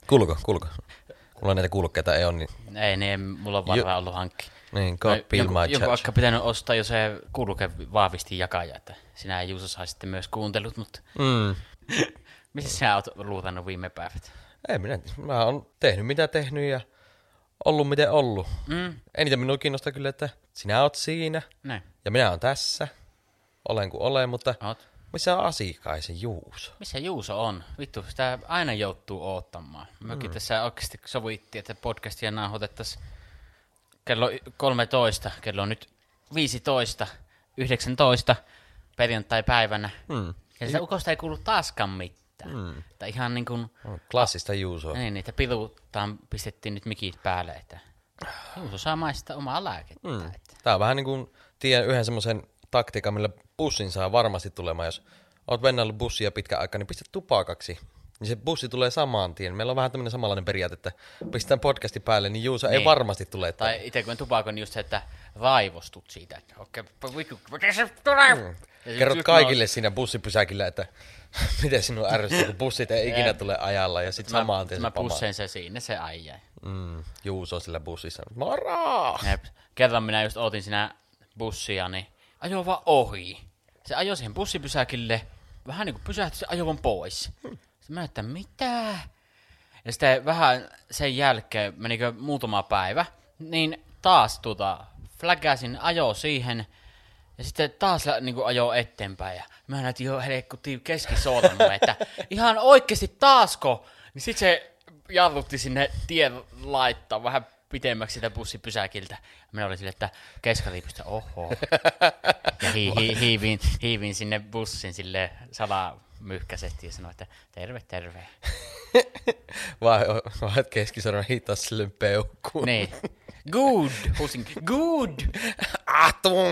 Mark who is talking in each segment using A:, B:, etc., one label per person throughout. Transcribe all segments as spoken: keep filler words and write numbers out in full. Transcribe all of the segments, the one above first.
A: Kuuluuko, kuuluuko? Mulla näitä kuulokkeita ei ole, niin...
B: Ei, niin mulla on varmaan ollut hankki.
A: Niin, God be
B: joku,
A: my
B: joku
A: judge.
B: ehkä pitänyt ostaa jo se kuuluke vahvisti jakaja, että sinä ja Juuso saisitte myös kuuntelut, mutta...
A: Mm.
B: Missä sinä olet luutannut viime päivät?
A: Ei minä, mä oon tehnyt mitä tehnyt ja ollut miten ollut.
B: Mm.
A: Eniten minua kiinnostaa kyllä, että sinä oot siinä
B: Näin.
A: ja minä oon tässä. Olen kuin olen, mutta
B: Oot.
A: missä on Asikaisen Juuso?
B: Missä Juuso on? Vittu, sitä aina joutuu oottamaan. Mekin mm. tässä oikeasti sovittiin, että podcastia nauhoitettaisiin kello kolmetoista, kello on nyt viisitoista, yhdeksäntoista perjantai-päivänä.
A: Mm.
B: Ja sitä ukosta ei kuulu taaskaan mitään.
A: Mm.
B: Että ihan niin kuin...
A: Klassista Juusoa.
B: Niin, niitä piluuttaan pistettiin nyt mikit päälle, että Juuso saa maistaa omaa lääkettä.
A: Mm.
B: Että.
A: Tää on vähän niin kuin, tiedän yhden semmoisen taktiikan, millä bussin saa varmasti tulemaan. Jos oot vennäillyt bussia pitkän aikaa, niin pistä tupakaksi. Niin se bussi tulee samaan tien. Meillä on vähän tämmöinen samanlainen periaate, että pistetään podcasti päälle, niin Juuso niin. ei varmasti tule. Että...
B: Tai itse kun tupakon just se, että raivostut siitä, että okei, vittu, miten se tulee?
A: Mm. Kerrot kaikille nous... siinä bussipysäkillä, että miten sinun ärsyttää, kun bussit ei ikinä tule ajalla ja sitten samaan tien
B: se pamaa. Mä pusseen se siinä, se äijä.
A: Mm, Juuso sillä bussissa. Moro!
B: Jep. Kerran minä just ootin siinä bussia, niin ajoin vaan ohi. Se ajoi siihen bussipysäkille, vähän niin kuin pysähtyi, se ajoi vaan pois. Hmm. Sitten mä että mitä? Ja sitten vähän sen jälkeen, menikö muutama päivä, niin taas tuota, flägäsin ajo siihen, ja sitten taas niin kuin ajo eteenpäin, ja mä näytin jo helekkutiin keskisormen, että ihan oikeasti taasko, niin sitten se jarrutti sinne tien laittaa vähän pitemmäksi sitä bussipysäkiltä. Minä olin sille, että keskaliipusta, oho. Ja hi, hi, hiivin, hiivin sinne bussin sille salamyhkäisesti ja sanoin, että terve, terve.
A: Vai, vai keskisormen hittaa sille peukkuun.
B: Niin. Good. Bussin, good.
A: Atum.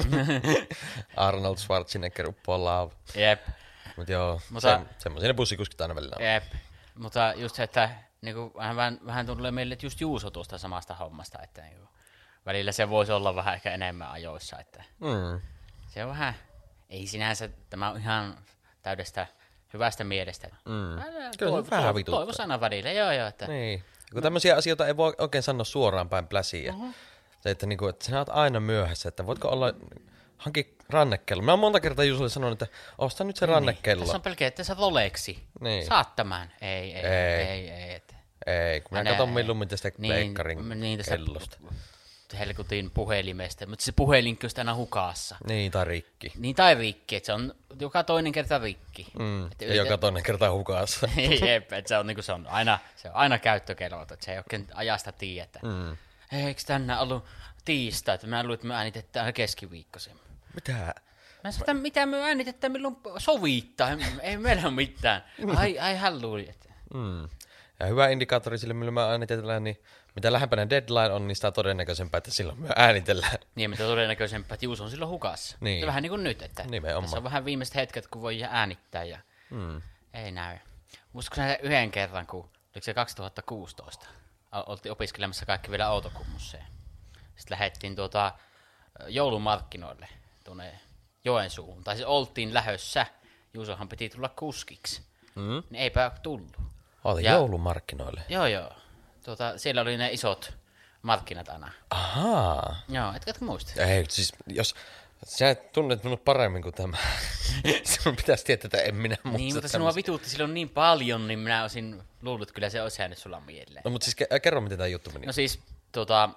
A: Arnold Schwarzenegger uppoo laavu.
B: Jep.
A: Mut joo,
B: Mutta,
A: se, semmoisia ne bussikuskit aina välillä on.
B: Jep. Mutta just se, että niinku, vähän, vähän tulee meille että just Juuso tuosta samasta hommasta, että niinku, välillä se voisi olla vähän ehkä enemmän ajoissa, että
A: Mm.
B: se on vähän, ei sinänsä, tämä on ihan täydestä hyvästä mielestä.
A: Mm.
B: Älä,
A: Kyllä
B: toivo,
A: se vähän
B: toivo,
A: vituttaa.
B: toivo sana välillä, joo joo. Että.
A: Niin. Kun tämmöisiä asioita ei voi oikein sanoa suoraan päin pläsiä. Uh-huh. Se, että, niinku, että sinä oot aina myöhässä, että voitko olla, hanki rannekello. Mä oon monta kertaa Juusolle sanonut, että osta nyt se
B: niin,
A: rannekello.
B: Tässä on pelkää, että sä Roleksi.
A: Niin.
B: Saat tämän. Ei, ei, ei, ei. ei että.
A: Ei, kun minä katson millummin tästä niin, pleikkarin
B: niin,
A: kellosta.
B: Helkutin puhelimesta, mutta se puhelin kyllä aina hukassa.
A: Niin, tai rikki.
B: Niin, tai rikki, että se on joka toinen kerta rikki.
A: Mm,
B: että
A: ja joka toinen kerta hukassa.
B: Jep, että se on, niin se on aina, se on aina käyttökelvot, että se ei oikein ajasta tiedä.
A: Mm.
B: Eikö tänään ollut tiistai, että mä luulen, että me äänitetään keskiviikkoisin.
A: Mitä?
B: Mä sanoin, mitä me äänitetään, milloin sovittaa, ei meillä ole mitään. Ai, ai hän luuli, että...
A: Mm. Ja hyvä indikaattori sille, millä me äänitetään, niin mitä lähempänä deadline on, niin sitä todennäköisempää, että silloin me äänitellään.
B: Niin, mitä todennäköisempää, että Juuso on silloin hukassa.
A: Niin.
B: Vähän niin kuin nyt, että
A: nimenomaan.
B: Tässä on vähän viimeiset hetket, kun voi äänittää ja
A: Mm.
B: ei näy. Muistatko sä yhden kerran, kun oliko se kaksituhattakuusitoista, oltiin opiskelemassa kaikki vielä Outokummussa. Sitten lähdettiin tuota joulumarkkinoille tuonne Joensuuhun, tai siis oltiin lähössä. Juusohan piti tulla kuskiksi,
A: Mm.
B: niin eipä tullut.
A: Oltiin
B: Ja-
A: joulumarkkinoille.
B: Joo, joo. Tuota, siellä oli ne isot markkinat aina.
A: Ahaa.
B: Joo, etkö muista?
A: Ei, siis jos sä tunnet minut paremmin kuin tämä, sinun pitäisi tietää, että en minä muista
B: Niin, mutta sinua
A: tämmöistä.
B: vituutti silloin niin paljon, niin minä olisin luullut, että kyllä se olisi jäänyt sulla mieleen.
A: No mutta siis ke- kerro, miten tämä juttu meni.
B: No siis, tuota,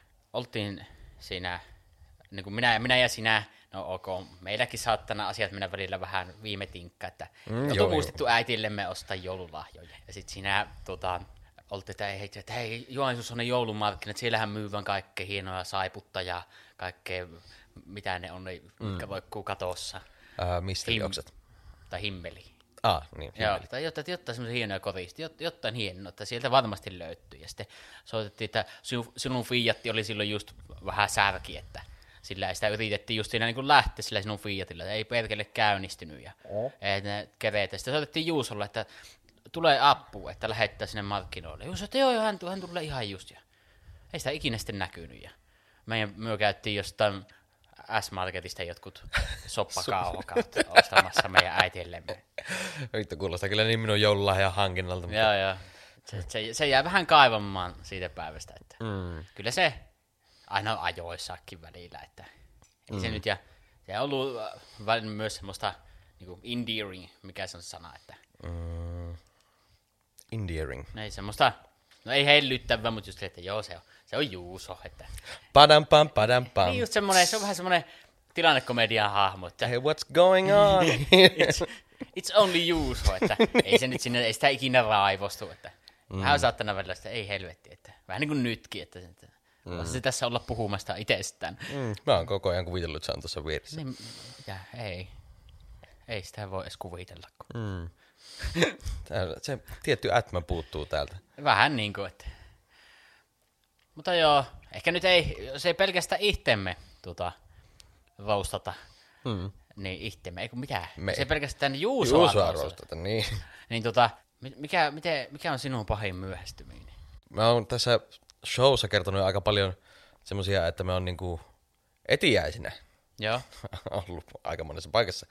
B: oltiin siinä, niin kuin minä, minä ja sinä, no ok, meilläkin saattaa asiat mennä välillä vähän viime tinkka, että
A: Mm,
B: mm,
A: joo,
B: on muistettu äitillemme ostaa joululahjoja. Ja sitten siinä tuota, oltiin, että hei, että hei, Joensuussa on ne joulumarkkinat, siellähän myyvän kaikkea hienoja saiputta ja kaikkea, mitä ne on, ne, mitkä voikkuu katossa.
A: Ää, mistä
B: Him-
A: juokset?
B: Tai himmeli.
A: Ah, niin.
B: Joo,
A: himmeli.
B: tai jotain, jotain semmoisia hienoja koristi, jot- jotain hienoa, että sieltä varmasti löytyy. Ja sitten soitettiin, että sinun, sinun Fiatti oli silloin just vähän särki, että sillä ei sitä yritettiin just siinä niin kuin lähteä sillä sinun Fiatilla, että ei perkele käynnistynyt ja
A: Oh.
B: ei ne kereet. Ja sitten soitettiin Juusolle, että tulee appu, että lähettää sinne markkinoille. Juuso, että joo, joo, hän, hän tulee ihan just. Ja ei sitä ikinä sitten näkynyt. Ja meidän myö käytiin jostain S-Marketista jotkut soppakauhokat ostamassa meidän äitillemme.
A: Vittu kuulostaa kyllä niin minun joululahjan hankinnalta. Mutta
B: Joo, joo. Se, se, se jää vähän kaivamaan siitä päivästä, että
A: Mm.
B: kyllä se aina ajoissakin välillä, että ei mm. se nyt, ja se on ollut äh, myös semmoista niinku endearing, mikä se on se sana, että
A: Mm. Endearing.
B: ei semmoista, no ei hellyttävää, mutta just se, että joo, se on, se on Juuso, että
A: Padam pam, padam pam.
B: niin just semmoinen, se on vähän semmoinen tilannekomedian hahmo, että
A: Hey, what's going on?
B: it's, it's only Juuso, että ei se nyt sinne, ei sitä ikinä raivostu, että mm. vähän on saattanut välillä sitä, ei helvetti, että vähän niin kuin nytkin, että, että mm. se tässä olla puhumasta itsestään.
A: Mm. Mä oon koko ajan kuvitellut, että se on tuossa vieressä.
B: Niin, ja ei, ei sitä voi edes kuvitella. Kun...
A: Mm. Täällä, se tietty ätmä puuttuu täältä.
B: Vähän niin kuin, että... Mutta joo, ehkä nyt ei, jos ei pelkästään itemme tota, roustata, mm. niin itemme, ei kun mitään. Me... Se ei pelkästään Juusoa,
A: Juusoa roustata, niin.
B: Niin tota, mikä, miten, mikä on sinun pahin myöhästyminen?
A: Mä oon tässä showssa kertonut aika paljon semmosia, että me on niinku etiäisinä.
B: Joo.
A: ollut aika monessa paikassa.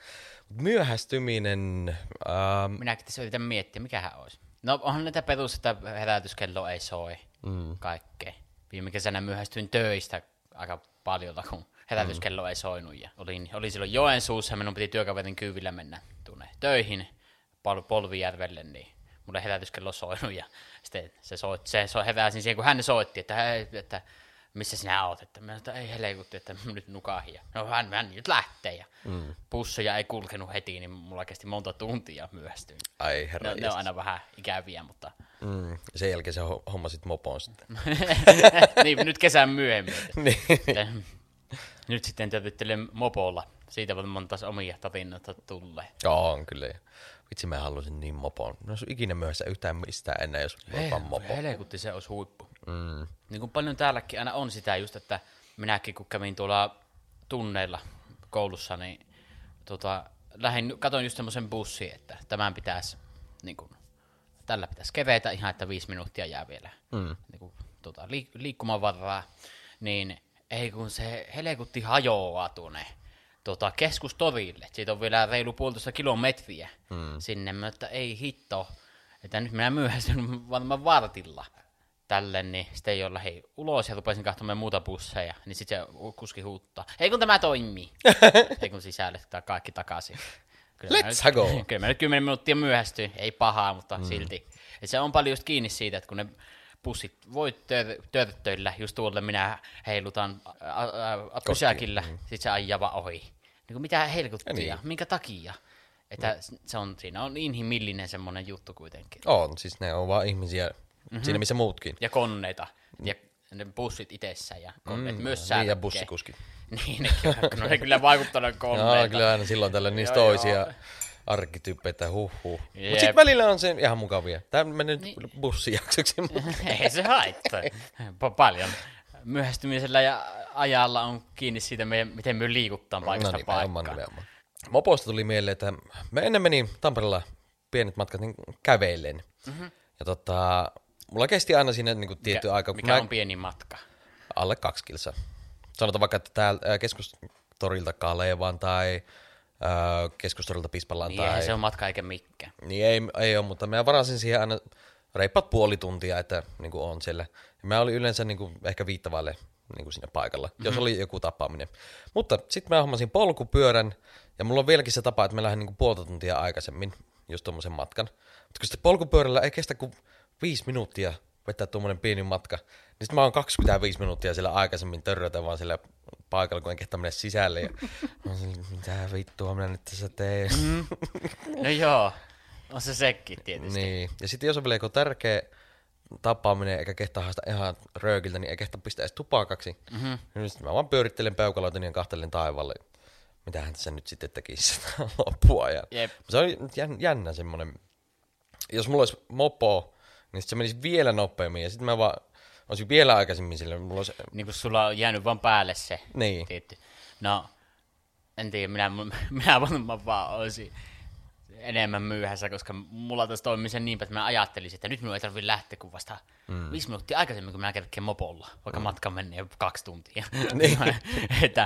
A: Myöhästyminen... Ähm...
B: Minäkin tässä yritän miettiä, mikähän olisi. No onhan näitä perus, että herätyskello ei soi mm. kaikkea. Viime kesänä myöhästyin töistä aika paljon, kun herätyskello mm. ei soinut. Ja olin, olin silloin Joensuussa, minun piti työkaverin kyydillä mennä tuonne töihin Pol- Polvijärvelle, niin mulle herätyskello soinut. Ja sitten se, soit, se so, heräsin siihen, kun hän soitti, että, hei, että missä sinä oot? Että mä sanoin, että ei helekutti, että mä nyt nukahin. Ja no hän, hän nyt lähtee ja mm. busseja ei kulkenut heti, niin mulla kesti monta tuntia myöhästyin.
A: Ai herra.
B: Ne, ne on aina vähän ikäviä, mutta...
A: Mm. Sen jälkeen sä hommasit mopon sitten.
B: niin, nyt kesän myöhemmin.
A: niin.
B: Nyt sitten tövyttelen mopolla. Siitä on taas omia tarinoita tulee.
A: Joo, on kyllä. Vitsi, mä halusin niin mopon. No olisi ikinä myöhässä yhtään mistään enää, jos voi vaan mopo.
B: Helekutti, se olisi huippu.
A: Mm.
B: Niin kuin paljon täälläkin aina on sitä just, että minäkin kun kävin tuolla tunneilla koulussa, niin tota, lähdin, katoin just semmoisen bussin, että tämän pitäisi, niin kuin, tällä pitäisi kevetä ihan, että viisi minuuttia jää vielä mm. niin kuin, tota, liik- liikkumavaraa, niin ei kun se helekutti hajoaa tuonne tota, keskustorille. Siitä on vielä reilu puolitoista kilometriä mm. sinne, mutta ei hitto, että nyt minä myöhästyn varmaan vartilla tälle, niin sitten ei olla hei ulos ja rupesin katsomaan muuta busseja, niin sitten se kuski huuttaa, ei kun tämä toimii, ei kun sisälle tai kaikki takaisin. Kyllä
A: Let's
B: nyt,
A: go! Kyllä
B: mä nyt kymmenen minuuttia myöhästyin, ei pahaa, mutta mm. silti. Et se on paljon just kiinni siitä, että kun ne bussit voi törttöillä, just tuolle minä heilutan pysäkillä, mm. sit se ajaa vaan ohi. Niin kuin mitä helkuttia, niin. Minkä takia? Että mm. se on, siinä on inhimillinen semmoinen juttu kuitenkin.
A: On, siis ne on vaan ihmisiä mm-hmm. siinä missä muutkin.
B: Ja konneita, ja ne bussit itsessään ja konneet mm, myös säätäkkeen.
A: Niin ja bussikuski.
B: niin, nekin, no ne kyllä vaikuttavat konneita.
A: Joo, kyllä aina silloin tällä niistä toisia arkkityyppejä, huh huh. Mutta sitten välillä on se ihan mukavia. Tämä menee nyt niin. bussijaksoksi.
B: Ei se haittaa. Paljon. Myöhästymisellä ja ajalla on kiinni siitä, miten me liikuttaa paikasta no niin, paikkaan.
A: Moposta tuli mieleen, että me ennen meni Tampereella pienet matkat niin kävellen. Mm-hmm. Ja tota, mulla kesti aina siinä niin kuin tietty
B: mikä,
A: aika.
B: Mikä mä... on pieni matka?
A: Alle kaksi kilsaa. Sanotaan vaikka, että täältä keskustorilta Kalevaan tai äh, keskustorilta Pispalaan.
B: Niin,
A: tai...
B: se on matka eikä mikään.
A: Niin ei, ei ole, mutta mä varasin siihen aina reippaat puoli tuntia, että niin kuin on siellä. Ja mä olin yleensä niin kuin, ehkä viittavalle niin kuin siinä paikalla, mm-hmm. jos oli joku tapaaminen. Mutta sitten mä hommasin polkupyörän, ja mulla on vieläkin se tapa, että mä lähden niin kuin puolta tuntia aikaisemmin just tuommoisen matkan. Mutta kun sitten polkupyörällä ei kestä kuin viisi minuuttia vetää tuommoinen pieni matka, niin sitten mä oon kaksikymmentäviisi minuuttia siellä aikaisemmin törrötä vaan siellä paikalla, kun en kehtaa mennä sisälle. Ja mä oon mitä vittua minä nyt tässä teen.
B: Mm. No joo, on se sekin tietysti.
A: Niin, ja sitten jos on vielä joku tärkeä tapaaminen, eikä kehtaa haista ihan röökiltä, niin ei kehtaa pistää edes tupakaksi. Mm-hmm. Niin sitten mä vaan pyörittelen peukaloitani ja kahtelen taivaalle. Mitähän tässä nyt sitten tekisi loppuajan. Yep. Se on jännä semmoinen. Jos mulla olisi mopo, niin se menisi vielä nopeammin. Ja sitten mä vaan olisin vielä aikaisemmin sillä. Mulla olisi...
B: Niin kuin sulla on jäänyt vaan päälle se.
A: Niin.
B: Tietty. No, en tiedä, minä, minä varmaan vaan olisin enemmän myöhässä, koska mulla taas toimii sen niinpä, että mä ajattelisin, että nyt minun ei tarvitse lähteä kuin vasta mm. viisi minuuttia aikaisemmin, kun minä kerkeen mopolla, vaikka mm. matka menee kaksi tuntia. Niin. Että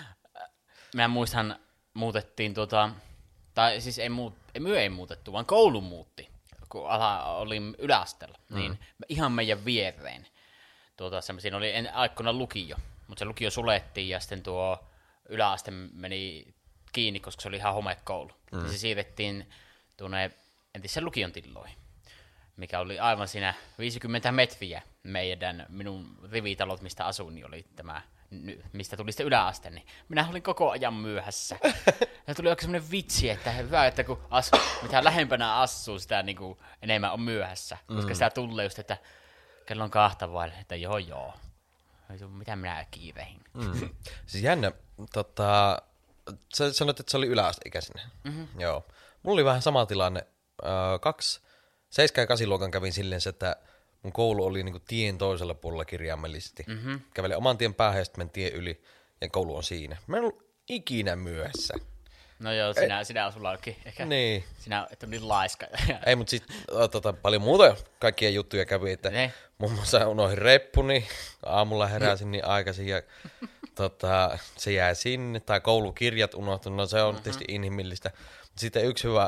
B: mä muistan, muutettiin tuota, tai siis ei, muut, ei myö ei muutettu, vaan koulu muutti kun ala oli yläasteella, mm. niin ihan meidän viereen. Tuota, siinä oli en, aikoina lukio, mutta se lukio sulettiin ja sitten tuo yläaste meni kiinni, koska se oli ihan homekoulu. Mm. Ja se siirrettiin tuonne entisen lukion tiloihin, mikä oli aivan siinä viisikymmentä metriä meidän, minun rivitalot, mistä asuin, niin oli tämä, mistä tuli sitten yläaste, niin minä olin koko ajan myöhässä. Ja tuli oikein semmoinen vitsi, että hyvä, että kun asu, mitä lähempänä asuu, sitä niin kuin enemmän on myöhässä, koska mm. sitä tulee just, että kello on kahta vaille, että joo joo, mitä minä kiireihin.
A: Mm. Siis jännä, tota, sä sanoit, että se oli yläasteikäisenä. Mm-hmm. Joo. Mulla oli vähän sama tilanne. Äh, kaksi, seitsemän ja kahdeksan luokan kävin silleen, että mun koulu oli niinku tien toisella puolella kirjaimellisesti. Mm-hmm. Kävelin oman tien päähän ja sitten men tien yli ja koulu on siinä. Mä en ollut ikinä myöhässä.
B: No joo, sinä, sinä sulla onkin ehkä. Niin. Sinä et ole niin laiska.
A: Ei, mutta sitten tota, paljon muuta kaikkia juttuja kävi, että ne. Muun muassa unohdin reppuni, aamulla heräsin niin aikaisin ja tota, se jäi sinne, tai koulukirjat unohtunut, no se on mm-hmm. tietysti inhimillistä. Mutta sitten yksi hyvä,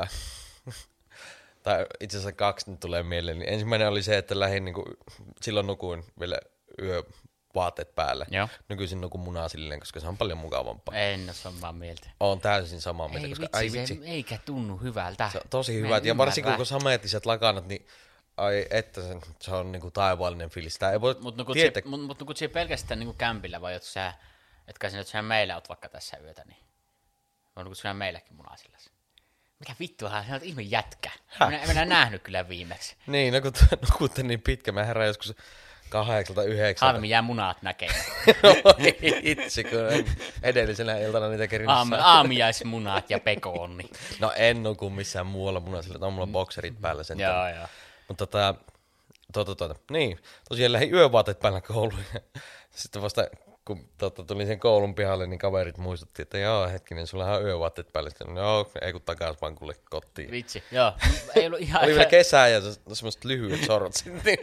A: tai itse asiassa kaksi nyt tulee mieleen, niin ensimmäinen oli se, että lähdin, niin kuin, silloin nukuin vielä yövaatteet päällä. Joo. Nykyisin nukun munaa silleen, koska se on paljon mukavampaa.
B: En ole samaa mieltä.
A: Oon täysin samaa mieltä.
B: Ei
A: koska,
B: vitsi,
A: ai,
B: vitsi, se eikä tunnu hyvältä.
A: Se on tosi hyvät, ja varsinkin kun sameettiset lakanat, niin ai että se, se on niinku taivaallinen fiilis. Sitä ei voi
B: Mutta nukut,
A: tietä...
B: mut, mut nukut siihen pelkästään niinku kämpillä, vai ootko sä, etkä sinä, että sä meillä oot vaikka tässä yötä, niin vai nukut sinä meilläkin munasillas? Mikä vittuahan, sinä oot ihme jätkä. Minä en enää nähnyt kyllä viimeksi.
A: Niin, no kun nukutte niin pitkä, mä herään joskus kahdeksalta yhdeksältä.
B: Harmi jää munat näkemään.
A: No itse, kun edellisenä iltana niitä kerin
B: Aam, aamiaismunat ja pekonni.
A: No en nuku missään muualla munasilla, on mulla bokserit päällä sen.
B: Joo, joo.
A: Mutta tota, tuota, tuota, niin, tosiaan lähdin yövaateet päällä kouluun. Sitten vasta kun tota, tulin sen koulun pihalle, niin kaverit muistutti, että joo, hetkinen, sulla on yövaatteet päällä. Sitten joo, ei kun takas vaan kuule kotiin.
B: Vitsi, joo. Ei ollut ihan...
A: Oli vielä kesää ja semmoiset lyhyet sorot sitten.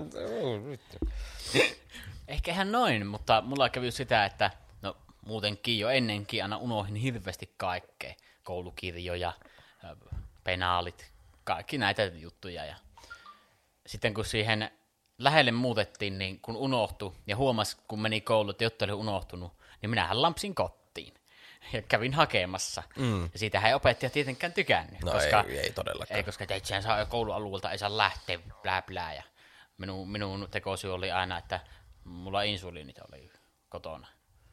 B: Ehkä ihan noin, mutta mulla kävi sitä, että no muutenkin jo ennenkin aina unohdin hirveästi kaikkea. Koulukirjoja, penaalit, kaikki näitä juttuja. Ja sitten kun siihen lähelle muutettiin, niin kun unohtui ja huomasi, kun meni kouluun, että jotta oli unohtunut, niin minähän lampsin kotiin ja kävin hakemassa. Mm. Ja siitähän ei opettaja tietenkään tykännyt.
A: No
B: koska,
A: ei, ei todellakaan.
B: Ei, koska itseään saa koulualueelta, ei saa lähteä, blää blää. Ja minun, minun tekosyy oli aina, että mulla insuliinit oli kotona.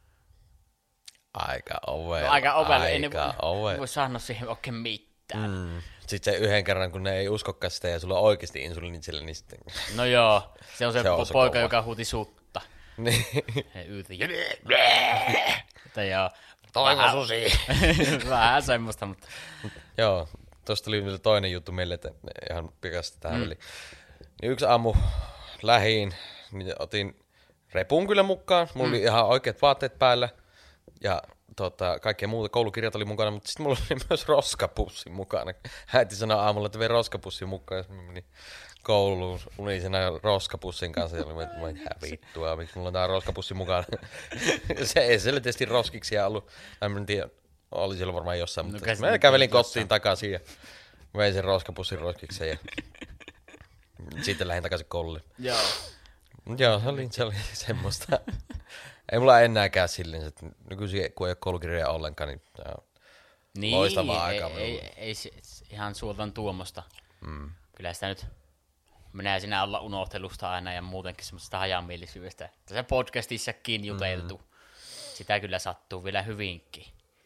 A: Aika ovella.
B: No, aika ovella. Ei
A: aika
B: voi, voi sanoa siihen oikein mitään.
A: Mm. Sitten se yhden kerran, kun ne ei uskokaan sitä ja sulla on oikeasti insuliinit sille, niin sitten...
B: No joo, se on se, se, on se poika,
A: kova.
B: joka huuti sutta.
A: Niin.
B: Se yti. Että joo.
A: Toivo susi.
B: Vähän semmoista, mutta...
A: Joo, tuosta tuli vielä toinen juttu meille, että ihan pikaisesti tähän mm. väliin. Niin yksi aamu lähiin, niin otin repun kyllä mukaan. Mulla mm. oli ihan oikeat vaatteet päällä ja tota, kaikkea muuta. Koulukirjat oli mukana, mutta sitten mulla oli myös roskapussi mukana. Äiti sanoi aamulla, että vei roskapussi mukaan ja mä menin kouluun unisena roskapussin kanssa ja olin, että mitä vittua, miksi mulla on tää roskapussi mukana. Se ei selvästi roskiksia ollut. Mä en tiedä, oli siellä varmaan jossain, mutta no, mä kävelin kotiin takaisin ja vein sen roskapussin roskiksen ja sitten lähdin takaisin koululle.
B: Joo.
A: Joo, se oli, se oli semmoista. Ei mulla enääkään silleen, että nykyisin kun ei ole koulukirjoja ollenkaan, niin tämä on niin, loistavaa aikaa.
B: Ei, ei, ei, ei ihan suoltan tuomosta. Mm. Kyllä sitä nyt menee sinä olla unohtelusta aina ja muutenkin semmoisesta hajamielisyydestä. Tässä podcastissakin juteltu. Mm. Sitä kyllä sattuu vielä hyvinkin.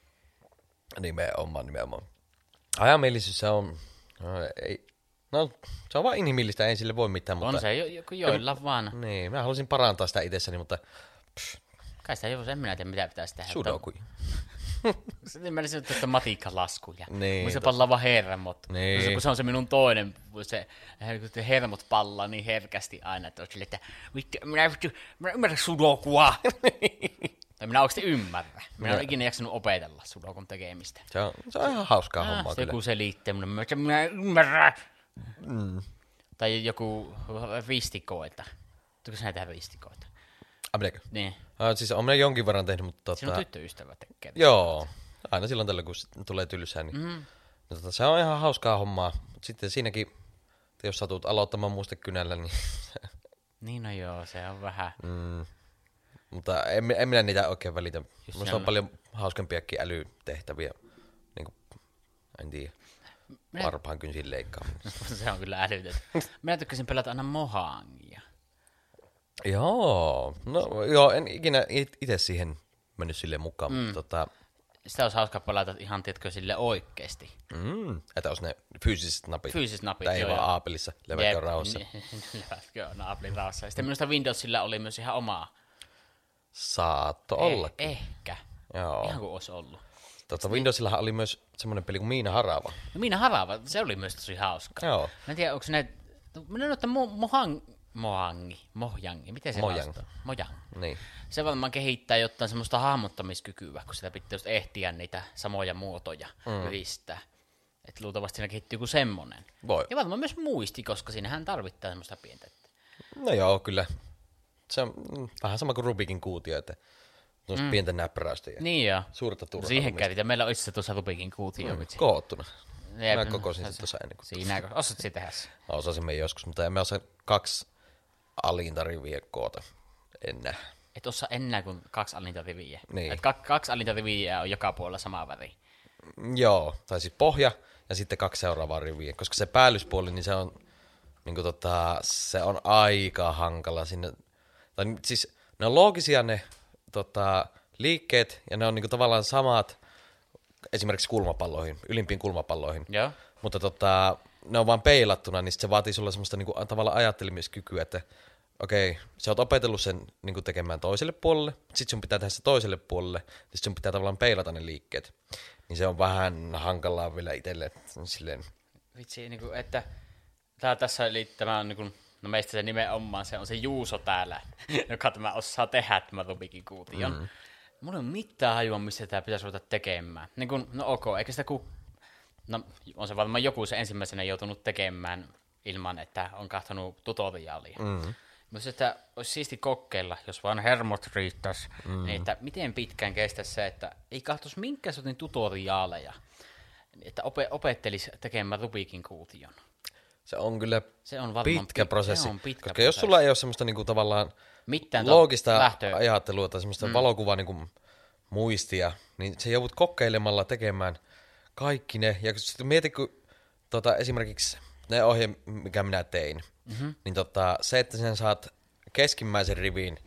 A: Nimenomaan, nimenomaan. Hajamielisyys se on... No, ei, no, se on vaan inhimillistä, ei sille voi mitään.
B: On
A: mutta,
B: se jo, joilla ja, vaan.
A: Niin, mä haluaisin parantaa sitä itsessäni, mutta... Pff.
B: Kai sitä ei voi, en minä tiedä, mitä pitäisi tehdä.
A: Sudokuja.
B: Sitten mä olisin tuosta matikkalaskuja.
A: Niin,
B: mun se pallaa vaan hermot.
A: Niin.
B: Kun se on se minun toinen, se, se hermot pallaa niin herkästi aina, että on sille, että vittu, minä, vittu, minä ymmärrän sudokua. Tai minä oikeasti ymmärrä. Minä olen ikinä jaksanut opetella sudokun tekemistä.
A: Se on, se on ihan hauskaa
B: ah,
A: hommaa kyllä.
B: Joku selittää minä, että minä ymmärrän. Mm. Tai joku ristikoita. Tuliko sinä tehdä ristikoita?
A: Abdeka.
B: Niin.
A: Ah, siis olen jonkin verran tehnyt, mutta... Tota...
B: Sinun tyttöystävä tekee.
A: Joo, aina silloin tällä, kun tulee tylsää, niin... Mm. No, tota, se on ihan hauskaa hommaa. Sitten siinäkin jos satut aloittamaan muistekynällä, niin...
B: Niin no joo, se on vähän.
A: mm, mutta en, en minä niitä oikein välitä.
B: Just
A: Minusta on paljon hauskempiakin älytehtäviä. Niin kuin, en tiedä.
B: Minä...
A: Varpaan kynsin leikkaaminen.
B: Se on kyllä älytöntä. Minä tykkäsin pelata aina Mohangia.
A: Joo, no joo, en ikinä itse siihen mennyt silleen mukaan, mm. mutta tota...
B: Sitä olisi hauska pelata ihan, tiedätkö, sille oikeesti.
A: Mm, että olisi ne fyysiset napit.
B: Fyysiset napit,
A: tai
B: joo.
A: ei vaan Aapelissa, levätkö rauhassa.
B: Levätkö Aapelin rauhassa. Sitten minusta Windowsilla oli myös ihan omaa.
A: Saatto
B: Eh,
A: ollakin.
B: ehkä.
A: Joo.
B: Ihan kuin olisi ollut.
A: Totta, Windowsillahan oli myös semmoinen peli kuin Miina Harava.
B: No Miina Harava, se oli myös tosi hauska.
A: Joo.
B: Mä en tiedä, onko ne... Minä en että Mo- Mohang... Mohangi. Mohjangi. Miten se
A: Mojang.
B: vastaa? Mojang.
A: Niin.
B: Se varmaan kehittää jotain semmoista hahmottamiskykyä, kun sitä pitää just ehtiä niitä samoja muotoja mm. yhdistää. Että luultavasti siinä kehittyy joku semmonen.
A: Voi.
B: Ja varmaan myös muisti, koska siinähän tarvittaa semmoista pientä.
A: No joo, kyllä. Se on mm, vähän sama kuin Rubikin kuutio, että on mm. pientä näppäräystä ja
B: Niin joo.
A: suurta turhaa.
B: Siihen käytetään. Meillä on itse tuossa Rubikin kuutio.
A: Mm, koottuna.
B: Jep,
A: Mä kokoisin sen tuossa ennen kuin...
B: Siinä, osaat siitä tehdä se.
A: Mä osasimme joskus, mutta emme osaa kaksi alinta riviä koota enää.
B: Et osaa enää kuin kaksi alinta riviä.
A: Niin.
B: Et kak, kaksi alinta riviä on joka puolella sama väri.
A: Joo, tai siis pohja ja sitten kaksi seuraavaa riviä, koska se päällyspuoli, niin se on, niin kuin tota, se on aika hankala sinne. Tai siis ne on loogisia ne tota, liikkeet ja ne on niin kuin tavallaan samat esimerkiksi kulmapalloihin, ylimpiin kulmapalloihin.
B: Joo.
A: Mutta tota, ne on vaan peilattuna, niin se vaatii sulle semmoista niin kuin, tavallaan ajattelmiskykyä, että okei, okay, sä oot opetellut sen niin kuin tekemään toiselle puolelle, sit sun pitää tehdä se toiselle puolelle, sit sun pitää tavallaan peilata ne liikkeet. Niin se on vähän hankalaa vielä itselle. Silleen.
B: Vitsi, niin kuin, että tää tässä oli tämä on niin kuin, no meistä se nimenomaan, se on se Juuso täällä, joka tämä osaa tehdä tämä Rubikin kuution. Mm. Mulla ei ole mitään hajua, missä tämä pitäisi ruveta tekemään. Niin kuin, no ok, eikä sitä ku... No on se varmaan joku se ensimmäisenä joutunut tekemään ilman, että on katsonut tutoriaalia. Mm. Mutta että olisi siisti kokeilla, jos vaan hermot riittäisi, mm. niin että miten pitkään kestäisi se, että ei katsoisi minkään sortin tutoriaaleja, että ope- opettelisi tekemään Rubikin kuution.
A: Se on kyllä
B: se on
A: pitkä
B: pit-
A: prosessi,
B: se on pitkä
A: koska
B: prosessi.
A: Jos sulla ei ole semmoista niinku tavallaan
B: mitään
A: loogista
B: lähtöä.
A: ajattelua tai semmoista mm. valokuvaa niinku muistia, niin se joudut kokeilemalla tekemään kaikki ne. Ja sitten mieti, kun tota, esimerkiksi ne ohje, mikä minä tein, mm-hmm. niin tota, se, että sen saat keskimmäisen rivin,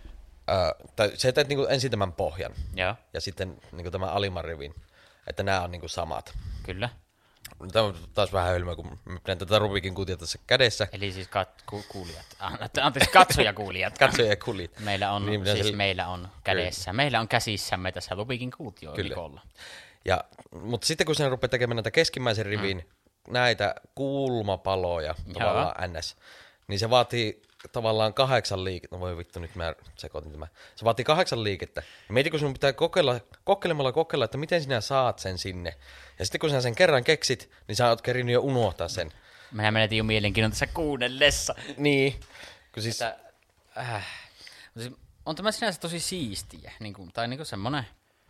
A: ää, tai se teet niinku ensin tämän pohjan
B: ja,
A: ja sitten niinku tämän alimman rivin, että nämä on niinku samat.
B: Kyllä.
A: Tämä on taas vähän hölmöä, kun mä pidän tätä Rubikin kuutia tässä kädessä.
B: Eli siis kat- ku- kuulijat, anteeksi katsojakuulijat.
A: Katsojakuulijat.
B: Meillä on, niin, siis se... meillä on kädessä,
A: Kyllä.
B: meillä on käsissämme tässä Rubikin kuutio Nikolla.
A: Ja, mutta sitten kun sinä rupeat tekemään näitä keskimmäisen rivin, mm. näitä kulmapaloja, tavallaan ns, niin se vaatii tavallaan kahdeksan liikettä. No voi vittu, nyt mä sekoitin tämän. Se vaatii kahdeksan liikettä. Ja mieti, kun sinun pitää kokeilla, kokeilemalla kokeilla, että miten sinä saat sen sinne. Ja sitten kun sinä sen kerran keksit, niin sä oot kerinyt jo unohtaa sen.
B: Minä menetin jo mielenkiinnon tässä kuunnellessa.
A: Niin. Kun siis...
B: Että, äh, siis on tämä sinänsä tosi siistiä, niin kuin, tai niin kuin semmoinen,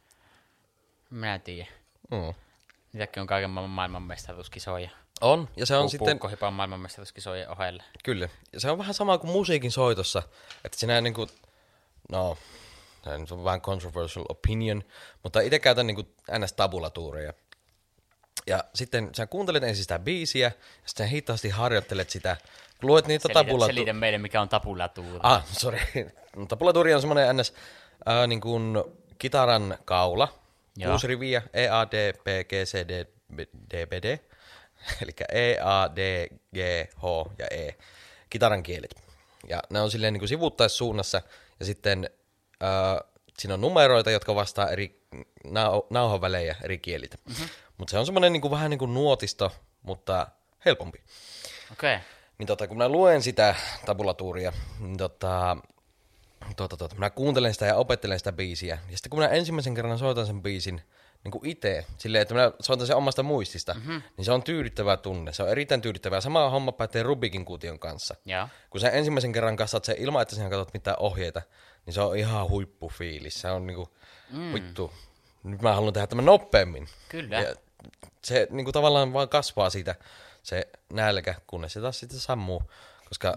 B: minä en tiedä. Mm. Niitäkin on kaiken maailman maailmanmestaruuskisoja.
A: On, ja se on
B: Pu-
A: sitten...
B: Puukkohipan maailmanmestaruuskisojen ohella.
A: Kyllä, ja se on vähän sama kuin musiikin soitossa, että sinä niinku, no, tämä on vähän controversial opinion, mutta itse käytän niinku ns-tabulatuureja. Ja sitten sä kuuntelet ensin sitä biisiä, ja sitten hitaasti harjoittelet sitä, luet niitä tabulatuureja.
B: Selitä meille, mikä on tabulatuuri.
A: Ah, sorry. Tabulatuuri on semmoinen ns, äh, niin kuin kitaran kaula, Joo. kuusi riviä, E, A, D, B, G, C, D, D, B, D. Eli E, A, D, G, H ja E, kitaran kielet. Ja ne on silleen niin kuin sivuttaissuunnassa, ja sitten äh, siinä on numeroita, jotka vastaa eri nau- nauhavälejä eri kielitä. Mm-hmm. Mutta se on semmoinen niin kuin, vähän niin kuin nuotisto, mutta helpompi.
B: Okei. Okay.
A: Niin tota, kun minä luen sitä tabulatuuria, niin tota, tota, tota, minä kuuntelen sitä ja opettelen sitä biisiä. Ja sitten kun minä ensimmäisen kerran soitan sen biisin, niin kuin itse, silleen, että minä soitan sen omasta muistista, mm-hmm. niin se on tyydyttävä tunne. Se on erittäin tyydyttävää. Sama homma pätee Rubikin kuution kanssa. Ja. Kun sä ensimmäisen kerran kassat sen ilman, että sinä katsot mitään ohjeita, niin se on ihan huippufiilis. Se on niinku, mm. vittu, nyt mä haluan tehdä tämän nopeammin.
B: Kyllä.
A: Ja se niinku tavallaan vaan kasvaa siitä se nälkä, kunnes se taas sitten sammuu. Koska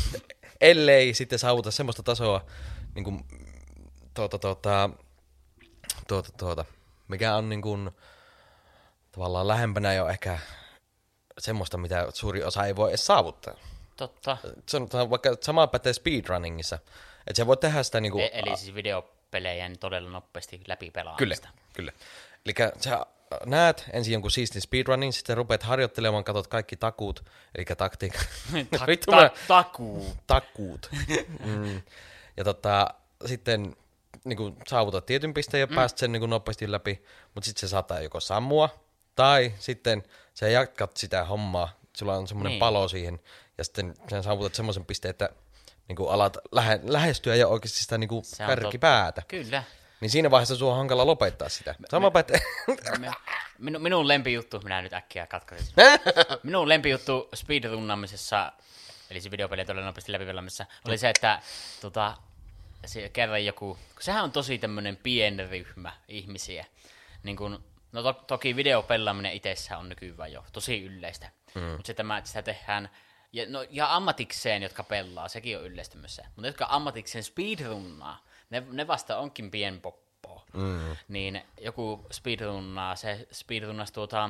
A: ellei sitten saavuta semmoista tasoa, niin kuin, tuota, tuota, tuota, tuota, mikä on niin kuin, tavallaan lähempänä jo ehkä semmoista, mitä suuri osa ei voi edes saavuttaa.
B: Totta.
A: Se on vaikka sama pätee speedrunningissa, että se voi tehdä sitä niinku...
B: E- eli siis videopelejä niin todella nopeasti läpi pelaamista.
A: Kyllä, kyllä. Eli sä näet ensin jonkun siistin speedrunning, sitten rupeat harjoittelemaan, katot kaikki takuut, eli taktiikka.
B: Ta- ta- takuu.
A: Takuut. mm. Ja tota, sitten niinku, saavutat tietyn pisteen ja mm. pääst sen niinku, nopeasti läpi, mutta sitten se saattaa joko sammua, tai sitten sä jatkat sitä hommaa, sulla on semmoinen niin. palo siihen, ja sitten sä saavutat semmoisen pisteen, että niinku, alat lähe, lähestyä ja oikeasti sitä niinku, kärkipäätä.
B: Kyllä.
A: Niin siinä vaiheessa sua on hankala lopettaa sitä. Sama pätee.
B: Minu, minun lempijuttu, minä nyt äkkiä katkaisin. Minun lempijuttu speedrunnaamisessa, eli se videopeli todella nopeasti läpipelaamisessa, oli se, että tota, se kerran joku, sehän on tosi tämmöinen pieni ryhmä ihmisiä. Niin kun, no to, toki videopelaaminen itsessään on nykyään jo tosi yleistä, mm. mutta se tämä, että sitä tehdään, ja, no, ja ammatikseen, jotka pelaa, sekin on yleistä myös se, mutta jotka ammatikseen speedrunnaa, ne, ne vasta onkin pienpoppoa. Mm. Niin joku speedrunnaa, se speedrunnasi tuota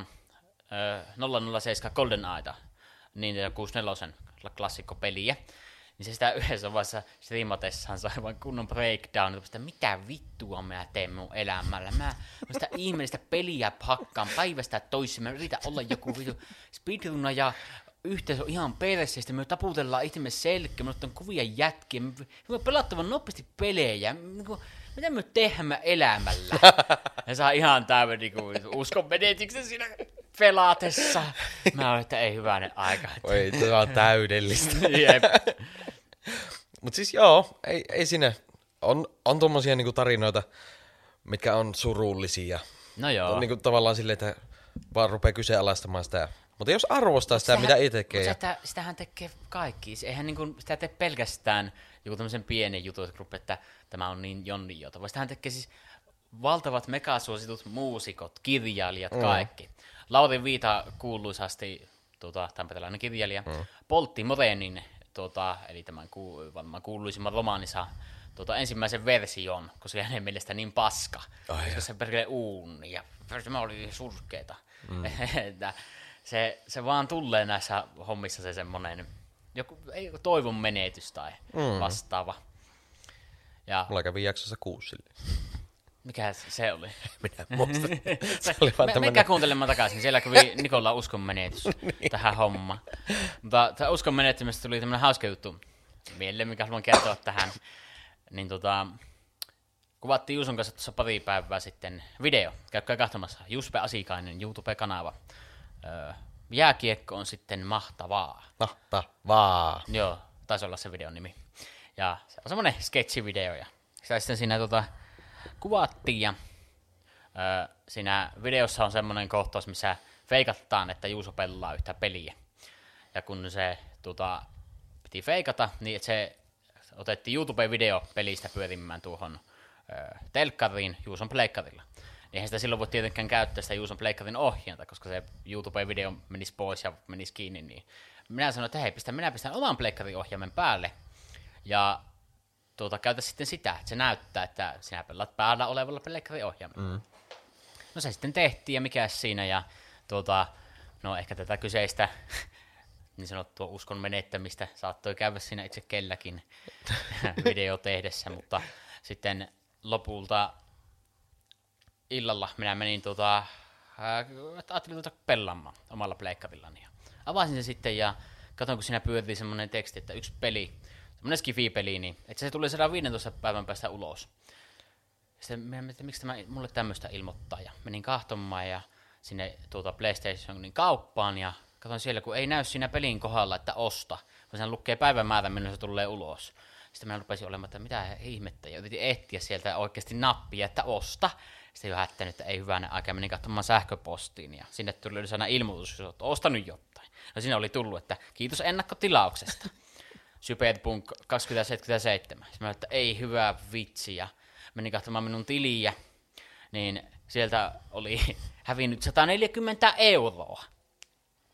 B: nolla nolla seitsemän Golden Aita, niin kuusikymmentäneljä klassikkopeliä. Niin se sitä yhdessä vaiheessa striimatessaan sai vain kunnon breakdown, että mitä vittua mä teen mun elämällä. Mä, mä sitä ihmeellistä peliä hakkaan päivästä toiseen, mä yritän olla joku vitu speedrunna ja yhteys on ihan peressä, ja me taputellaan itsemme selkeä, me on kuvia jätkiä, me voimme pelattavan nopeasti pelejä, mitä me tehdään elämällä? Ja saa ihan täyden niin uskon menetyksen siinä pelaatessa. Mä olen, että ei hyvänen aika.
A: Oi, tämä on täydellistä. Mutta siis joo, ei, ei siinä, on, on tommosia niinku tarinoita, mitkä on surullisia.
B: No joo.
A: On niinku tavallaan silleen, että vaan rupeaa kyseenalaistamaan sitä. Mutta jos arvostaa sitä, mitä itse tekee.
B: Mutta sitä, sitähän tekee kaikki. Eihän niinku, sitä tee pelkästään joku tämmöisen pienen jutun, että tämä on niin Jonni jota. Vaan sitähän tekee siis valtavat megasuositut muusikot, kirjailijat, mm. kaikki. Lauri Viita kuuluisasti, tuota, tämänpäiväinen kirjailija, mm. poltti Morenin, tuota, eli tämän ku, varmaan kuuluisimman romaaninsa tuota, ensimmäisen version, koska se oli hänen mielestä niin paska. Oh, koska se perkele uuni ja tämä oli surkeeta. Mm. se, se vaan tulee näissä hommissa se semmoinen joku, ei, toivon menetys tai mm. vastaava. Ja
A: mulla kävi jaksossa kuusi silleen.
B: Mikä se oli?
A: Minä muistan.
B: se oli vaan me, tämmönen... Menkää kuuntelemaan takaisin. Siellä kävi Nikola uskon menetys niin. tähän hommaan. Mutta tämä uskon menetymästä tuli tämmöinen hauska juttu mieleen, mikä haluan kertoa tähän. Niin tota, kuvattiin Juuson kanssa tuossa pari päivää sitten video. Käykää katsomassa. Juspe Asikainen, YouTube-kanava. Öö, jääkiekko on sitten mahtavaa.
A: Mahtavaa.
B: Joo, taisi olla se videon nimi. Ja se on semmoinen sketchivideo. Ja sitä sitten siinä tota, kuvattiin ja öö, siinä videossa on semmoinen kohtaus, missä feikataan, että Juuso pelaa yhtä peliä. Ja kun se tota, piti feikata, niin että se otettiin YouTube-video pelistä pyörimään tuohon öö, telkkariin Juuson pleikkarilla. Eihän sitä silloin voi tietenkään käyttää sitä Juuson pleikkarin ohjainta, koska se YouTube-video menisi pois ja menisi kiinni. Niin minä sanoin, että hei, pistän, minä pistän oman pleikkarin ohjaimen päälle ja tuota, käytä sitten sitä, että se näyttää, että sinä pelaat päällä olevalla pleikkarin ohjaimella. Mm. No se sitten tehtiin ja mikä siinä ja tuota, no ehkä tätä kyseistä niin sanottua uskon menettämistä saattoi käydä siinä itse kelläkin video tehdessä, mutta sitten lopulta illalla minä menin tuota, ää, ajattelin tuota pelaamaan omalla pleikkarillani. Ja avasin sen sitten ja katsoin, kun siinä pyörii semmoinen teksti, että yksi peli, semmoinen skifi-peli, niin että se tulee sata viisitoista päivän päästä ulos. Sitten minä mietin, että miksi tämä mulle tämmöistä ilmoittaa. Ja menin kahtomaan ja sinne tuota PlayStationin kauppaan ja katsoin siellä, kun ei näy siinä pelin kohdalla, että osta, vaan siinä lukee päivämäärä, milloin se tulee ulos. Sitten minä rupesin olemaan, että mitä ihmettä, ja yritin etsiä sieltä oikeasti nappia, että osta. Sitten jo hättänyt, että ei hyvänä aika, menin katsomaan sähköpostiin, ja sinne tuli yleensä aina ilmoitus, että osta nyt jotain. No siinä oli tullut, että kiitos ennakkotilauksesta. Superpunk kaksituhattaseitsemänkymmentäseitsemän. Sitten mä että ei hyvää vitsi, ja menin katsomaan minun tiliä, niin sieltä oli hävinnyt sata neljäkymmentä euroa.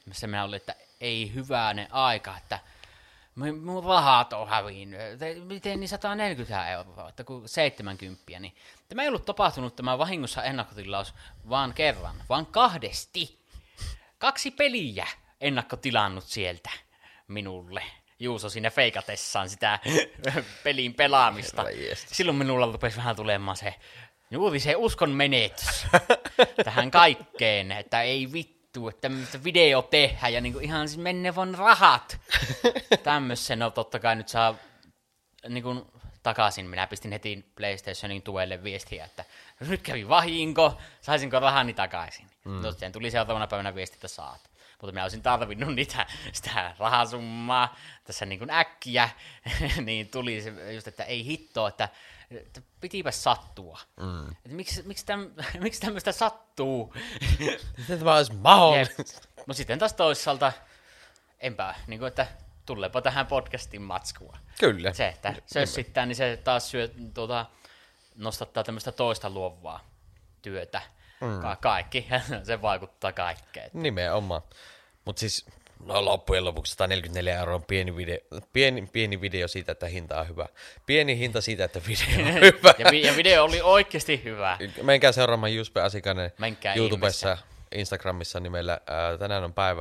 B: missä minä olin, että ei hyvänen aika, että mun rahat on hävinnyt. Miten niin sata neljäkymmentä euroa, että kun seitsemänkymmentä, niin tämä ei ollut tapahtunut tämä vahingossa ennakkotilaus vaan kerran, vaan kahdesti. Kaksi peliä ennakkotilannut sieltä minulle. Juuso siinä feikatessaan sitä pelin pelaamista. Silloin minulla rupesi vähän tulemaan se, juuri se uskon menetys tähän kaikkeen, että ei vittu, että video tehdään ja niinku ihan siis menee vaan rahat. Tämmöisen, no totta kai nyt saa niinku takaisin. Minä pistin heti PlayStationin tuelle viestiä, että nyt kävi vahinko, saisinko rahani takaisin. Mm. Tosiaan tuli seuraavana päivänä viesti, että saat. Mutta minä olisin tarvinnut niitä, sitä rahasummaa tässä niin kuin äkkiä, niin tuli se just, että ei hittoa, että, että pitipä sattua. Mm. Että miksi, miksi, täm, miksi tämmöistä sattuu?
A: Miten tämä olisi mahdollista?
B: No sitten taas toisaalta, enpä, niin kuin, että tuleepa tähän podcastin matskua.
A: Kyllä.
B: Se, että sössittää, niin se taas syö, tuota, nostattaa tämmöistä toista luovaa työtä. Mm. Ka- kaikki, se vaikuttaa kaikkeen.
A: Nimenomaan. Mutta siis no loppujen lopuksi sata neljäkymmentäneljä euroa on pieni video, pieni, pieni video siitä, että hinta on hyvä. Pieni hinta siitä, että video on hyvä.
B: ja, vi- ja video oli oikeasti hyvä.
A: Menkää seuraamaan Juspe Asikainen
B: Menkää
A: YouTubessa,
B: ihmeessä.
A: Instagramissa nimellä ää, tänään on päivä.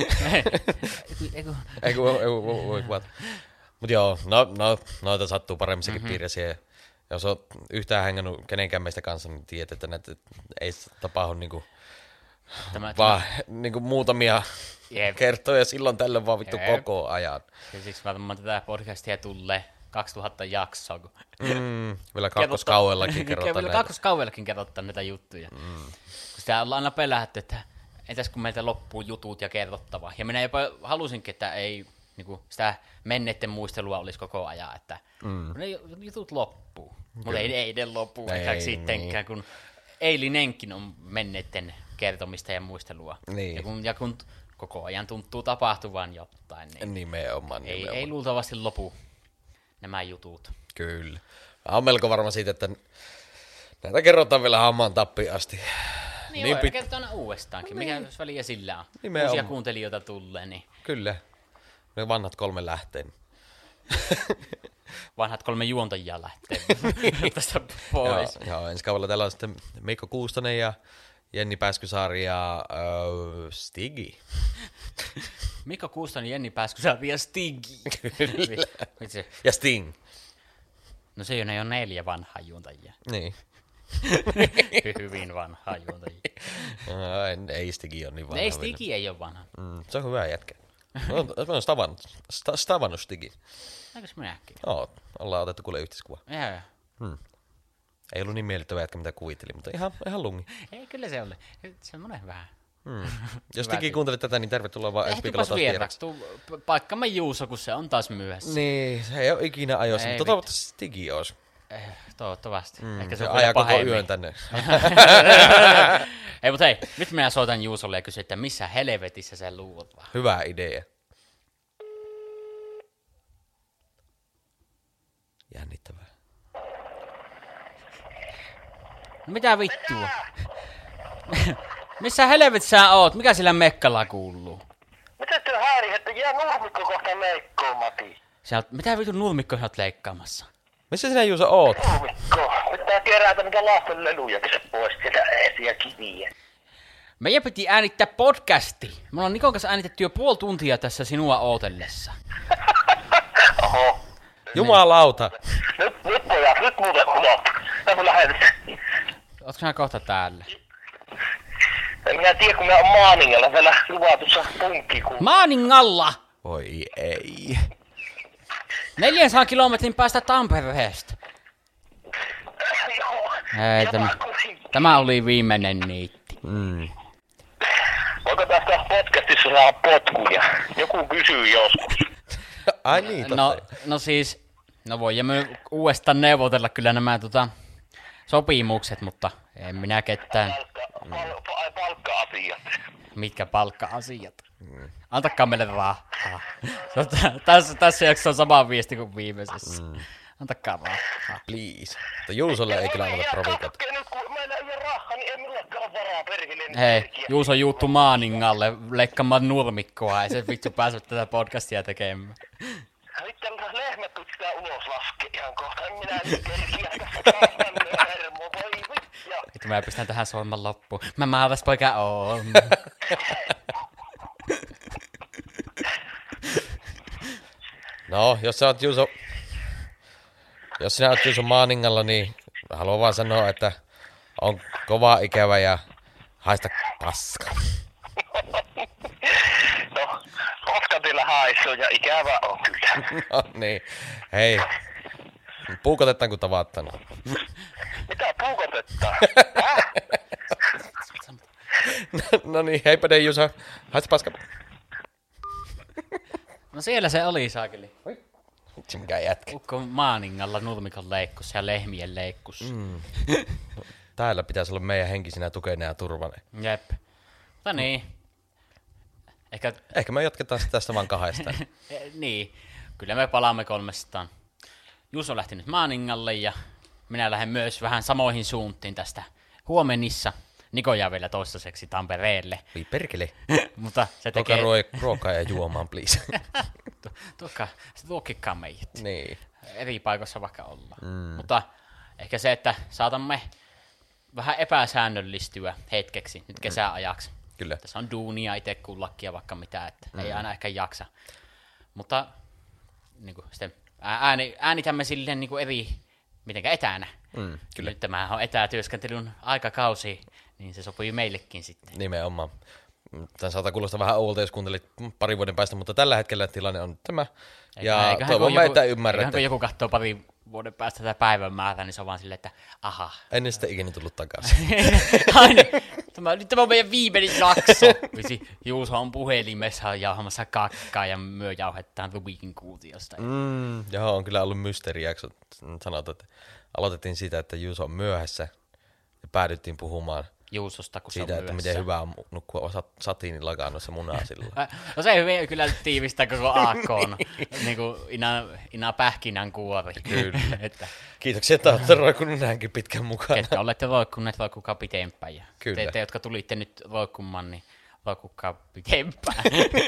B: Eiku,
A: eiku, Mutta joo, no, no, noita sattuu paremmissakin mm-hmm. piirissä. Jos olet yhtään hängännyt kenenkään meistä kanssa, niin tiedät, että näitä ei tapahdu niinku, tämä, vaan tämä... Niinku muutamia Jep. kertoja silloin tällöin vaan vittu Jep. koko ajan.
B: Ja siksi varmaan tätä podcastia tulee kaksituhatta jaksoa. Kun...
A: Mm, vielä kakkoskauellakin kerrotaan
B: näitä. Vielä kakkoskauellakin kerrotaan näitä juttuja. Mm. Kun sitä ollaan aina pelätty, että entäs kun meiltä loppuu jutut ja kerrottava. Ja minä jopa halusinkin, että ei niinku, sitä menneiden muistelua olisi koko ajan, että mm. ne jutut loppuu. Mutta ei, ei ne lopu ehkä sittenkään, niin. Kun eilinenkin on menneiden kertomista ja muistelua. Niin. Ja, kun, ja kun koko ajan tuntuu tapahtuvan jotain, niin
A: nimenomaan,
B: ei,
A: nimenomaan.
B: ei luultavasti lopu nämä jutut.
A: Kyllä. Mä oon melko varma siitä, että näitä kerrotaan vielä hammaan tappiin asti.
B: Niin, niin pit... kerrotaan uudestaankin, mikä niin. Väliä sillä on. Nimenomaan. Uusia kuuntelijoita tulee. Niin...
A: Kyllä. Ne vanhat kolme lähteen.
B: Vanhat kolme juontajia lähtee tästä pois.
A: Joo, joo, ensi kaudella täällä on sitten Mikko Kuustonen ja Jenni Pääskysaari ja uh, Stigi.
B: Mikko Kuustonen, Jenni Pääskysaari ja Stigi.
A: Ja Sting.
B: No se on, ne on neljä vanhaa juontajia.
A: Niin.
B: Hyvin vanhaa juontajia.
A: No, ei Stigi ole niin vanha.
B: Ei Stigi ei ole vanha.
A: Mm, se on hyvä jätkä. Mä oon stavannut, sta, stavannut Stigin.
B: Eikös minäkin?
A: Joo, ollaan otettu kuule yhteiskuva.
B: Joo, joo.
A: Hmm. Ei ollut niin miellyttävä jätkä, mitä kuvittelin, mutta ihan, ihan lungi.
B: Ei, kyllä se oli. Semmoinen vähän.
A: Hmm. Jos Stigi kuuntelit tätä, niin tervetuloa vaan ensi viikolla taas vieraksi.
B: Paikkamme Juuso, kun se on taas myöhässä.
A: Niin, se ei ole ikinä ajoissa, mutta toivottavasti Stigi olisi.
B: Eh, toivottavasti.
A: Hmm.
B: Ehkä se,
A: se
B: on
A: ajaa
B: koko
A: yön tänne.
B: Ei, mutta hei, nyt minä soitan Juusolle ja kysyn, että missä helvetissä se luut vaan.
A: Hyvä idea. Jännittävää.
B: No mitä vittua? Missä helvetissä sä oot? Mikä sillä mekkalla kuuluu?
C: Mitä työ häiri, että jää nurmikko kohta leikkoon, Mati?
B: Sä oot, mitä vitun nurmikko sä oot leikkaamassa?
A: Missä sinä Juuso oot?
C: Nurmikko. Pitää kerätä niitä lasten leluja pois sieltä eesiä kiviä.
B: Meidän piti äänittää podcasti. Me ollaan Nikon kanssa äänitetty jo puoli tuntia tässä sinua ootellessa.
C: Oho.
A: Jumalauta.
C: Nyt, nyt pojat, nyt muuten ulos. Mä lähden.
B: Ootko sinä kohta täällä?
C: En minä tiedä, kun mä oon Maaningalla vielä luvatussa punkkikuun.
B: Maaningalla?
A: Voi ei.
B: neljänsadan kilometrin päästä Tampereesta.
C: Joo.
B: Ei, tämä, tämä oli viimeinen niitti.
A: Mm.
C: Voiko tästä podcastissa saa potkuja? Joku kysyy joskus.
A: Ai niin, totta.
B: No, no siis, no voimme uudestaan neuvotella kyllä nämä tota, sopimukset, mutta en minä ketään.
C: Palkka, pal, palkka-asiat.
B: Mitkä palkka-asiat? Mm. Antakaa meille rahaa. tässä, tässä jaksossa on sama viesti kuin viimeisessä. Mm. Antakaa rahaa.
A: Please. Mutta Juusolle ei kyllä anneta provikat.
C: Nyt kun meillä ei ole rahaa, niin ei minulla Jumallakaan varaa perhille.
B: Hei, Juuso juuttu Maaningalle leikkaamaan nurmikkoa, ei se vittu pääse tätä podcastia tekemään.
C: Sitten lehmät pitää ulos laskea ihan kohta. Minä nyt kerkiä tässä taas hermo. Voi vittia.
B: Vittu, mä pistän tähän soimaan loppuun. Mä maavas poika oon.
A: No, jos sä oot Juuso... Jos sinä oot Juuso Maaningalla, niin haluan vaan sanoa, että on kova ikävä ja haista paska.
C: No, Oskatilla haissuu ja ikävä on kyllä.
A: No niin, hei. Puukotetaan kun tavattanut.
C: Mitä puukotettaa? Häh?
A: No, no niin, heipä ne Juuso. Haista paska.
B: No siellä se oli, saakeli.
A: Vitsi mikä jätkä.
B: Ukko Maaningalla nurmikon leikkus ja lehmien leikkus.
A: Mm. Täällä pitäisi olla meidän henkisinä tukena ja turvana.
B: Jep. Mutta niin. Ehkä...
A: Ehkä me jatketaan sitten tästä vaan kahdesta.
B: Niin. Kyllä me palaamme kolmestaan. Juuso lähti nyt Maaningalle ja minä lähden myös vähän samoihin suuntiin tästä huomenissa. Niko jää vielä toistaiseksi Tampereelle.
A: Voi perkele.
B: Mutta se
A: Tuokaa
B: tekee...
A: ruo- ruokaa ja juomaan, please.
B: Tuokaa, se tuokkikaa meidät.
A: Niin.
B: Eri paikoissa vaikka ollaan. Mm. Mutta ehkä se, että saatamme vähän epäsäännöllistyä hetkeksi nyt kesäajaksi.
A: Kyllä.
B: Tässä on duunia itse kullakin ja vaikka mitä, että mm. ei aina ehkä jaksa. Mutta niin kuin, sitten ääni, äänitämme silleen niin kuin eri, mitenkä etänä.
A: Mm, kyllä.
B: Nyt tämä on etätyöskentelyn aikakausi, niin se sopii meillekin sitten.
A: Nimenomaan. Tämä saattaa kuulostaa vähän oudolta, jos kuuntelit pari vuoden päästä, mutta tällä hetkellä tilanne on tämä. Ja
B: eiköhän
A: toivomme,
B: joku,
A: että ymmärrätte.
B: kun joku katsoo pari vuoden päästä tätä päivän määrää, niin se on vaan silleen, että aha.
A: Ennen sitä ikinä tullut takaisin.
B: Aina. Tämä, nyt tämä on meidän viimeinen jakso. Visi, Juuso on puhelimessa jauhamassa kakkaa ja myö jauhettaan The Weekin kuutiosta.
A: Mm, joo, on kyllä ollut mysteerijakso. Sanotaan, että aloitettiin siitä, että Juuso on myöhässä ja päädyttiin puhumaan
B: Juusosta, kun
A: siitä,
B: se on
A: että
B: myöhässä.
A: miten hyvä on nukkua sat- satiinilakannossa munasilla.
B: No se hyvin kyllä tiivistää koko A K:n, niin kuin ina, ina pähkinän kuori.
A: Kyllä.
B: Että
A: Kiitoksia, että olette roikunut näinkin pitkän mukana.
B: ketkä olette roikkuneet, roikkukaa pitempään. Ja
A: Kyllä.
B: te, te, jotka tulitte nyt roikkumaan, niin roikkukaa pitempään.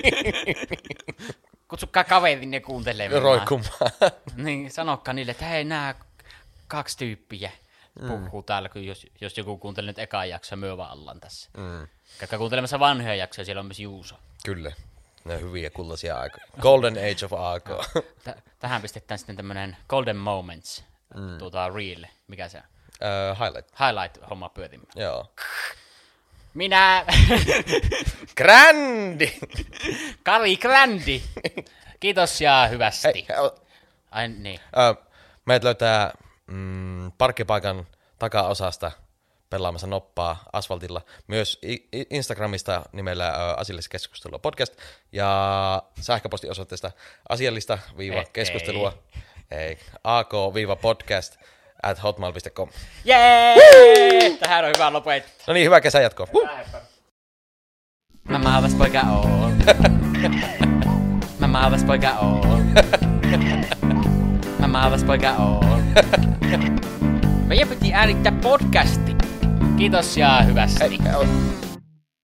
B: Kutsukaa kaverinne kuuntelemaan.
A: Roikkumaan.
B: Niin, sanokaa niille, että hei, nämä kaksi tyyppiä puhuu mm. täällä, kun jos, jos joku kuuntelee nyt ekaa jaksoa, myö vaan ollaan tässä.
A: Mm.
B: Käykää kuuntelemassa vanhoja jaksoja, siellä on myös Juuso.
A: Kyllä. Ne on hyviä kultaisia aikoja. Golden Age of A K.
B: T- tähän pistetään sitten tämmönen Golden Moments, mm. tuota Reel, mikä se on?
A: Uh, highlight.
B: Highlight-homma pyörimään.
A: Joo.
B: Minä,
A: Grandi!
B: Kari Grandi. Kiitos ja hyvästi.
A: Hei, hei, o-
B: Ai niin.
A: uh, meidät löytää mm, parkkipaikan takaosasta pelaamassa noppaa asfaltilla. Myös i- i- Instagramista nimellä uh, Asiallista keskustelua podcast ja sähköpostiosoitteesta asiallista-keskustelua ei, ak-podcast at hotmail dot com.
B: Jee! Tähän on hyvä lopettaa.
A: No niin, hyvää kesänjatkoa. Huh!
B: Mä maavas poika oon. Mä maavas poika oon. Mä maavas poika oon. Meidän piti äänittää podcasti. Kiitos ja hyvästi.
A: Hei, hei,